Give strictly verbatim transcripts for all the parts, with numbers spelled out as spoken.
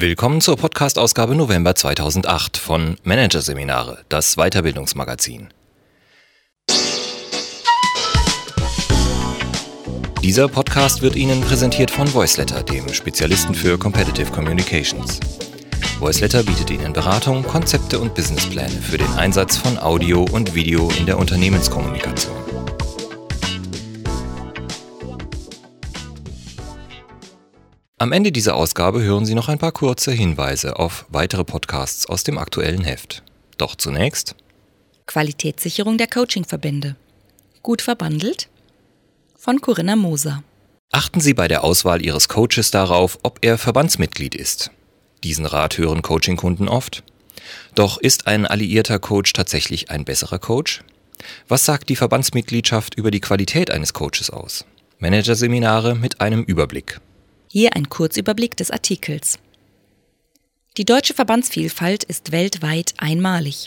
Willkommen zur Podcast-Ausgabe November zweitausendacht von Managerseminare, das Weiterbildungsmagazin. Dieser Podcast wird Ihnen präsentiert von Voiceletter, dem Spezialisten für Competitive Communications. Voiceletter bietet Ihnen Beratung, Konzepte und Businesspläne für den Einsatz von Audio und Video in der Unternehmenskommunikation. Am Ende dieser Ausgabe hören Sie noch ein paar kurze Hinweise auf weitere Podcasts aus dem aktuellen Heft. Doch zunächst Qualitätssicherung der Coachingverbände. Gut verbandelt? Von Corinna Moser. Achten Sie bei der Auswahl Ihres Coaches darauf, ob er Verbandsmitglied ist. Diesen Rat hören Coachingkunden oft. Doch ist ein alliierter Coach tatsächlich ein besserer Coach? Was sagt die Verbandsmitgliedschaft über die Qualität eines Coaches aus? Managerseminare mit einem Überblick. Hier ein Kurzüberblick des Artikels. Die deutsche Verbandsvielfalt ist weltweit einmalig.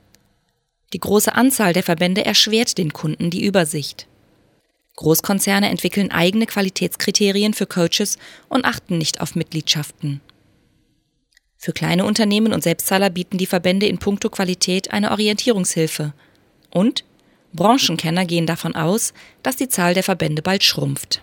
Die große Anzahl der Verbände erschwert den Kunden die Übersicht. Großkonzerne entwickeln eigene Qualitätskriterien für Coaches und achten nicht auf Mitgliedschaften. Für kleine Unternehmen und Selbstzahler bieten die Verbände in puncto Qualität eine Orientierungshilfe. Und Branchenkenner gehen davon aus, dass die Zahl der Verbände bald schrumpft.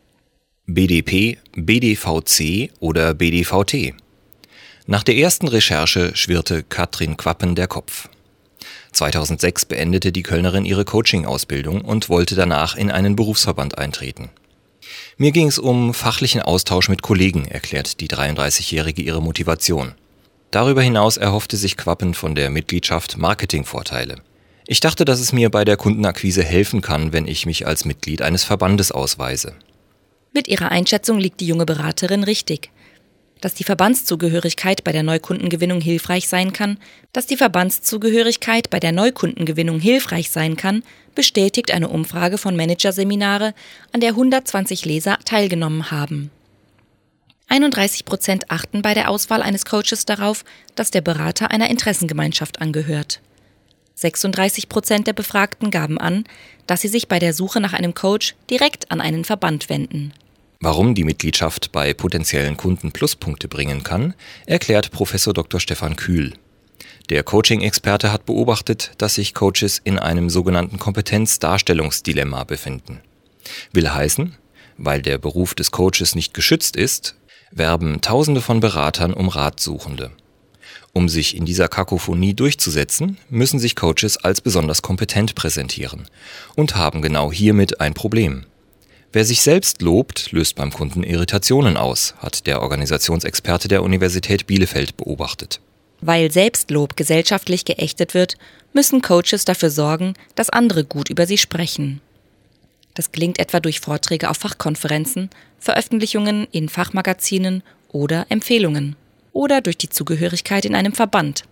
B D P, B D V C oder B D V T. Nach der ersten Recherche schwirrte Katrin Quappen der Kopf. zweitausendsechs beendete die Kölnerin ihre Coaching-Ausbildung und wollte danach in einen Berufsverband eintreten. Mir ging es um fachlichen Austausch mit Kollegen, erklärt die dreiunddreißigjährige ihre Motivation. Darüber hinaus erhoffte sich Quappen von der Mitgliedschaft Marketingvorteile. Ich dachte, dass es mir bei der Kundenakquise helfen kann, wenn ich mich als Mitglied eines Verbandes ausweise. Mit ihrer Einschätzung liegt die junge Beraterin richtig. Dass die Verbandszugehörigkeit bei der Neukundengewinnung hilfreich sein kann, dass die Verbandszugehörigkeit bei der Neukundengewinnung hilfreich sein kann, bestätigt eine Umfrage von Managerseminare, an der hundertzwanzig Leser teilgenommen haben. einunddreißig Prozent achten bei der Auswahl eines Coaches darauf, dass der Berater einer Interessengemeinschaft angehört. sechsunddreißig Prozent der Befragten gaben an, dass sie sich bei der Suche nach einem Coach direkt an einen Verband wenden. Warum die Mitgliedschaft bei potenziellen Kunden Pluspunkte bringen kann, erklärt Professor Doktor Stefan Kühl. Der Coaching-Experte hat beobachtet, dass sich Coaches in einem sogenannten Kompetenz-Darstellungsdilemma befinden. Will heißen, weil der Beruf des Coaches nicht geschützt ist, werben Tausende von Beratern um Ratsuchende. Um sich in dieser Kakophonie durchzusetzen, müssen sich Coaches als besonders kompetent präsentieren und haben genau hiermit ein Problem. Wer sich selbst lobt, löst beim Kunden Irritationen aus, hat der Organisationsexperte der Universität Bielefeld beobachtet. Weil Selbstlob gesellschaftlich geächtet wird, müssen Coaches dafür sorgen, dass andere gut über sie sprechen. Das gelingt etwa durch Vorträge auf Fachkonferenzen, Veröffentlichungen in Fachmagazinen oder Empfehlungen. Oder durch die Zugehörigkeit in einem Verband.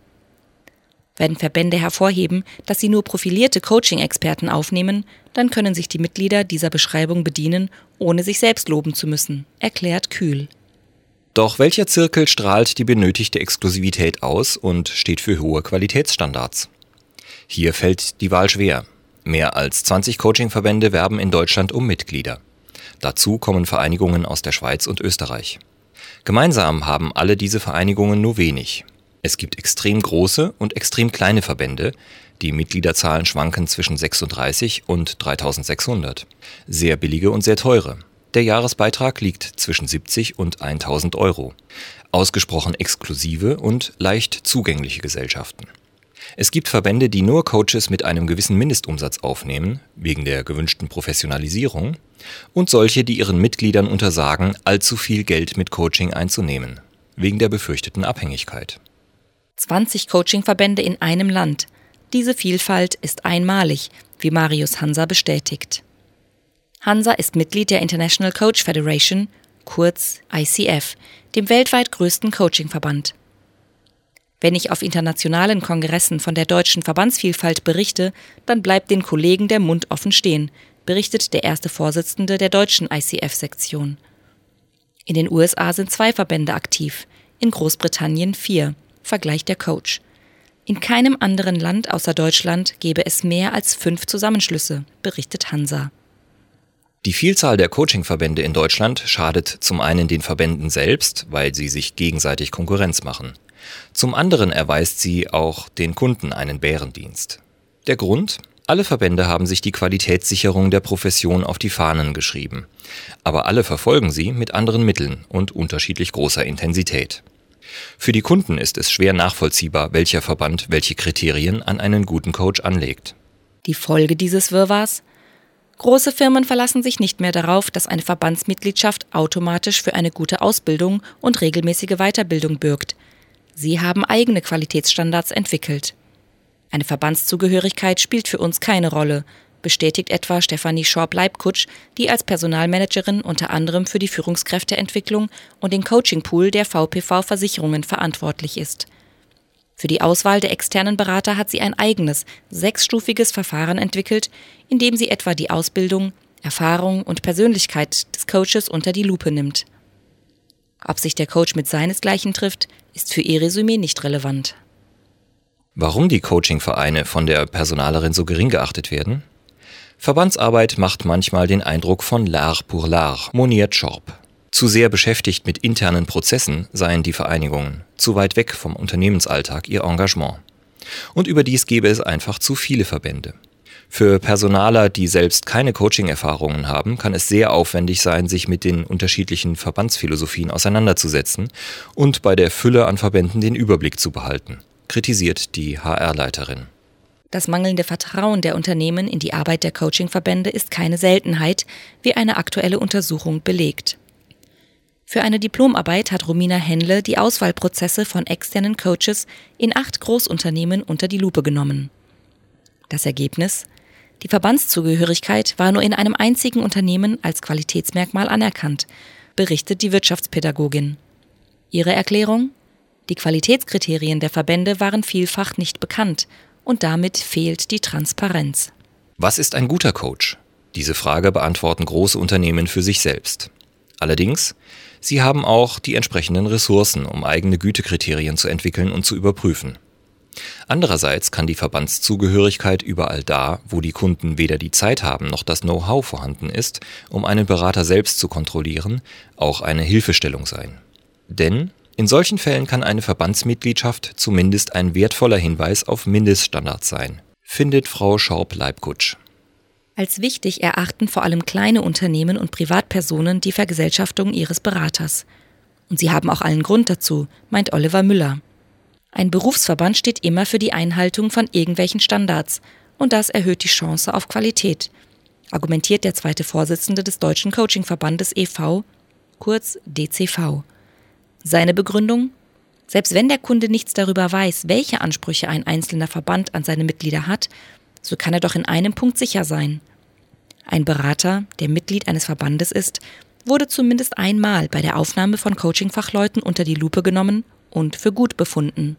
Wenn Verbände hervorheben, dass sie nur profilierte Coaching-Experten aufnehmen, dann können sich die Mitglieder dieser Beschreibung bedienen, ohne sich selbst loben zu müssen, erklärt Kühl. Doch welcher Zirkel strahlt die benötigte Exklusivität aus und steht für hohe Qualitätsstandards? Hier fällt die Wahl schwer. Mehr als zwanzig Coaching-Verbände werben in Deutschland um Mitglieder. Dazu kommen Vereinigungen aus der Schweiz und Österreich. Gemeinsam haben alle diese Vereinigungen nur wenig. Es gibt extrem große und extrem kleine Verbände. Die Mitgliederzahlen schwanken zwischen sechsunddreißig und dreitausendsechshundert. Sehr billige und sehr teure. Der Jahresbeitrag liegt zwischen siebzig und tausend Euro. Ausgesprochen exklusive und leicht zugängliche Gesellschaften. Es gibt Verbände, die nur Coaches mit einem gewissen Mindestumsatz aufnehmen, wegen der gewünschten Professionalisierung, und solche, die ihren Mitgliedern untersagen, allzu viel Geld mit Coaching einzunehmen, wegen der befürchteten Abhängigkeit. zwanzig Coachingverbände in einem Land. Diese Vielfalt ist einmalig, wie Marius Hansa bestätigt. Hansa ist Mitglied der International Coach Federation, kurz I C F, dem weltweit größten Coachingverband. Wenn ich auf internationalen Kongressen von der deutschen Verbandsvielfalt berichte, dann bleibt den Kollegen der Mund offen stehen, berichtet der erste Vorsitzende der deutschen I C F-Sektion. In den U S A sind zwei Verbände aktiv, in Großbritannien vier, vergleicht der Coach. In keinem anderen Land außer Deutschland gäbe es mehr als fünf Zusammenschlüsse, berichtet Hansa. Die Vielzahl der Coachingverbände in Deutschland schadet zum einen den Verbänden selbst, weil sie sich gegenseitig Konkurrenz machen. Zum anderen erweist sie auch den Kunden einen Bärendienst. Der Grund? Alle Verbände haben sich die Qualitätssicherung der Profession auf die Fahnen geschrieben. Aber alle verfolgen sie mit anderen Mitteln und unterschiedlich großer Intensität. Für die Kunden ist es schwer nachvollziehbar, welcher Verband welche Kriterien an einen guten Coach anlegt. Die Folge dieses Wirrwarrs? Große Firmen verlassen sich nicht mehr darauf, dass eine Verbandsmitgliedschaft automatisch für eine gute Ausbildung und regelmäßige Weiterbildung bürgt. Sie haben eigene Qualitätsstandards entwickelt. Eine Verbandszugehörigkeit spielt für uns keine Rolle, bestätigt etwa Stefanie Schorb-Leibkutsch, die als Personalmanagerin unter anderem für die Führungskräfteentwicklung und den Coachingpool der V P V Versicherungen verantwortlich ist. Für die Auswahl der externen Berater hat sie ein eigenes, sechsstufiges Verfahren entwickelt, in dem sie etwa die Ausbildung, Erfahrung und Persönlichkeit des Coaches unter die Lupe nimmt. Ob sich der Coach mit seinesgleichen trifft, ist für ihr Resümee nicht relevant. Warum die Coachingvereine von der Personalerin so gering geachtet werden? Verbandsarbeit macht manchmal den Eindruck von l'art pour l'art, moniert Schorb. Zu sehr beschäftigt mit internen Prozessen seien die Vereinigungen, zu weit weg vom Unternehmensalltag ihr Engagement. Und überdies gäbe es einfach zu viele Verbände. Für Personaler, die selbst keine Coaching-Erfahrungen haben, kann es sehr aufwendig sein, sich mit den unterschiedlichen Verbandsphilosophien auseinanderzusetzen und bei der Fülle an Verbänden den Überblick zu behalten, kritisiert die H R-Leiterin. Das mangelnde Vertrauen der Unternehmen in die Arbeit der Coachingverbände ist keine Seltenheit, wie eine aktuelle Untersuchung belegt. Für eine Diplomarbeit hat Romina Henle die Auswahlprozesse von externen Coaches in acht Großunternehmen unter die Lupe genommen. Das Ergebnis? Die Verbandszugehörigkeit war nur in einem einzigen Unternehmen als Qualitätsmerkmal anerkannt, berichtet die Wirtschaftspädagogin. Ihre Erklärung? Die Qualitätskriterien der Verbände waren vielfach nicht bekannt und damit fehlt die Transparenz. Was ist ein guter Coach? Diese Frage beantworten große Unternehmen für sich selbst. Allerdings, sie haben auch die entsprechenden Ressourcen, um eigene Gütekriterien zu entwickeln und zu überprüfen. Andererseits kann die Verbandszugehörigkeit überall da, wo die Kunden weder die Zeit haben noch das Know-how vorhanden ist, um einen Berater selbst zu kontrollieren, auch eine Hilfestellung sein. Denn in solchen Fällen kann eine Verbandsmitgliedschaft zumindest ein wertvoller Hinweis auf Mindeststandards sein, findet Frau Schorb-Leibkutsch. Als wichtig erachten vor allem kleine Unternehmen und Privatpersonen die Vergesellschaftung ihres Beraters. Und sie haben auch allen Grund dazu, meint Oliver Müller. Ein Berufsverband steht immer für die Einhaltung von irgendwelchen Standards und das erhöht die Chance auf Qualität, argumentiert der zweite Vorsitzende des Deutschen Coachingverbandes e V, kurz D C V. Seine Begründung? Selbst wenn der Kunde nichts darüber weiß, welche Ansprüche ein einzelner Verband an seine Mitglieder hat, so kann er doch in einem Punkt sicher sein. Ein Berater, der Mitglied eines Verbandes ist, wurde zumindest einmal bei der Aufnahme von Coaching-Fachleuten unter die Lupe genommen und für gut befunden.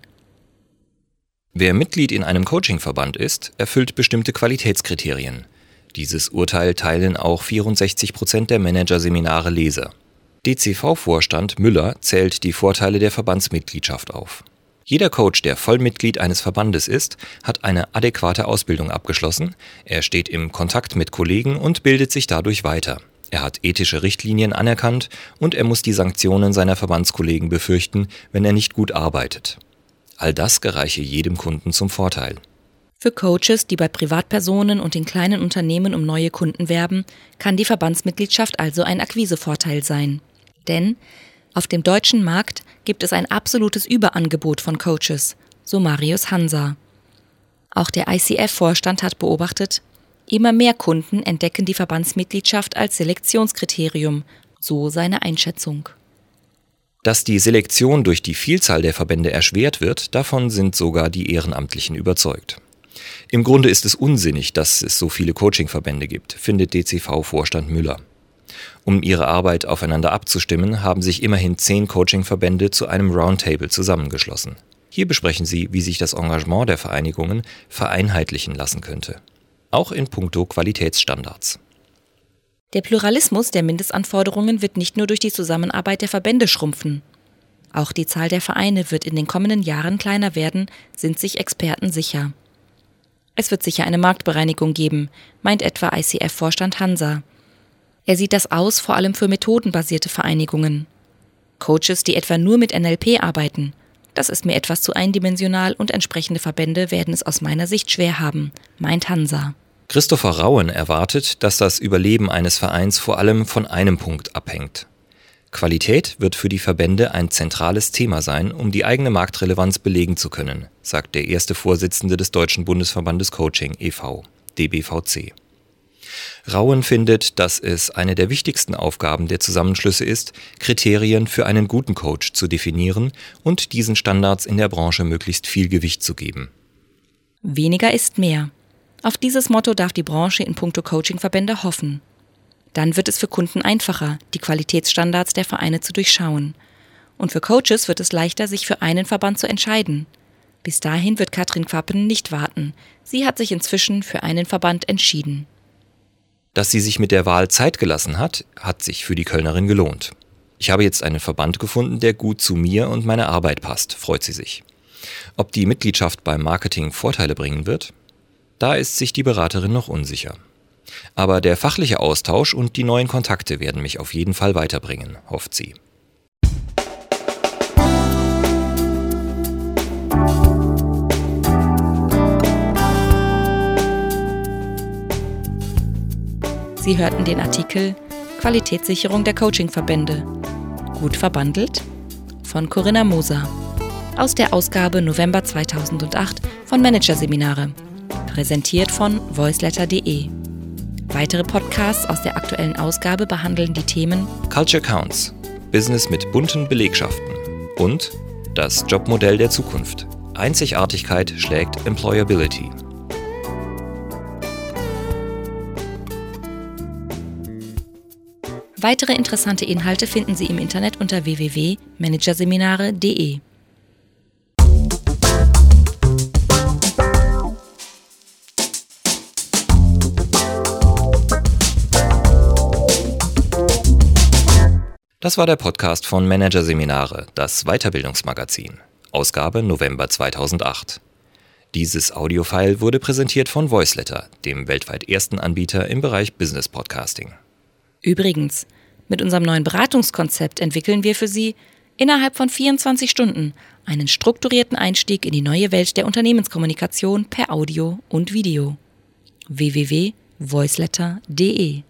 Wer Mitglied in einem Coachingverband ist, erfüllt bestimmte Qualitätskriterien. Dieses Urteil teilen auch vierundsechzig Prozent der Managerseminare Leser. D C V-Vorstand Müller zählt die Vorteile der Verbandsmitgliedschaft auf. Jeder Coach, der Vollmitglied eines Verbandes ist, hat eine adäquate Ausbildung abgeschlossen, er steht im Kontakt mit Kollegen und bildet sich dadurch weiter. Er hat ethische Richtlinien anerkannt und er muss die Sanktionen seiner Verbandskollegen befürchten, wenn er nicht gut arbeitet. All das gereiche jedem Kunden zum Vorteil. Für Coaches, die bei Privatpersonen und in kleinen Unternehmen um neue Kunden werben, kann die Verbandsmitgliedschaft also ein Akquisevorteil sein. Denn auf dem deutschen Markt gibt es ein absolutes Überangebot von Coaches, so Marius Hansa. Auch der I C F-Vorstand hat beobachtet, immer mehr Kunden entdecken die Verbandsmitgliedschaft als Selektionskriterium, so seine Einschätzung. Dass die Selektion durch die Vielzahl der Verbände erschwert wird, davon sind sogar die Ehrenamtlichen überzeugt. Im Grunde ist es unsinnig, dass es so viele Coachingverbände gibt, findet D C V-Vorstand Müller. Um ihre Arbeit aufeinander abzustimmen, haben sich immerhin zehn Coachingverbände zu einem Roundtable zusammengeschlossen. Hier besprechen sie, wie sich das Engagement der Vereinigungen vereinheitlichen lassen könnte. Auch in puncto Qualitätsstandards. Der Pluralismus der Mindestanforderungen wird nicht nur durch die Zusammenarbeit der Verbände schrumpfen. Auch die Zahl der Vereine wird in den kommenden Jahren kleiner werden, sind sich Experten sicher. Es wird sicher eine Marktbereinigung geben, meint etwa I C F-Vorstand Hansa. Er sieht das aus vor allem für methodenbasierte Vereinigungen. Coaches, die etwa nur mit N L P arbeiten, das ist mir etwas zu eindimensional und entsprechende Verbände werden es aus meiner Sicht schwer haben, meint Hansa. Christopher Rauen erwartet, dass das Überleben eines Vereins vor allem von einem Punkt abhängt. Qualität wird für die Verbände ein zentrales Thema sein, um die eigene Marktrelevanz belegen zu können, sagt der erste Vorsitzende des Deutschen Bundesverbandes Coaching e V, D B V C. Rauen findet, dass es eine der wichtigsten Aufgaben der Zusammenschlüsse ist, Kriterien für einen guten Coach zu definieren und diesen Standards in der Branche möglichst viel Gewicht zu geben. Weniger ist mehr. Auf dieses Motto darf die Branche in puncto Coachingverbände hoffen. Dann wird es für Kunden einfacher, die Qualitätsstandards der Vereine zu durchschauen. Und für Coaches wird es leichter, sich für einen Verband zu entscheiden. Bis dahin wird Katrin Quappen nicht warten. Sie hat sich inzwischen für einen Verband entschieden. Dass sie sich mit der Wahl Zeit gelassen hat, hat sich für die Kölnerin gelohnt. Ich habe jetzt einen Verband gefunden, der gut zu mir und meiner Arbeit passt, freut sie sich. Ob die Mitgliedschaft beim Marketing Vorteile bringen wird? Da ist sich die Beraterin noch unsicher. Aber der fachliche Austausch und die neuen Kontakte werden mich auf jeden Fall weiterbringen, hofft sie. Sie hörten den Artikel Qualitätssicherung der Coachingverbände. Gut verbandelt? Von Corinna Moser. Aus der Ausgabe November zweitausendacht von Managerseminare. Präsentiert von voiceletter punkt de. Weitere Podcasts aus der aktuellen Ausgabe behandeln die Themen Culture Counts, Business mit bunten Belegschaften und das Jobmodell der Zukunft. Einzigartigkeit schlägt Employability. Weitere interessante Inhalte finden Sie im Internet unter w w w punkt managerseminare punkt de. Das war der Podcast von Managerseminare, das Weiterbildungsmagazin, Ausgabe November zweitausendacht. Dieses Audiofile wurde präsentiert von Voiceletter, dem weltweit ersten Anbieter im Bereich Business Podcasting. Übrigens, mit unserem neuen Beratungskonzept entwickeln wir für Sie innerhalb von vierundzwanzig Stunden einen strukturierten Einstieg in die neue Welt der Unternehmenskommunikation per Audio und Video. w w w punkt voiceletter punkt de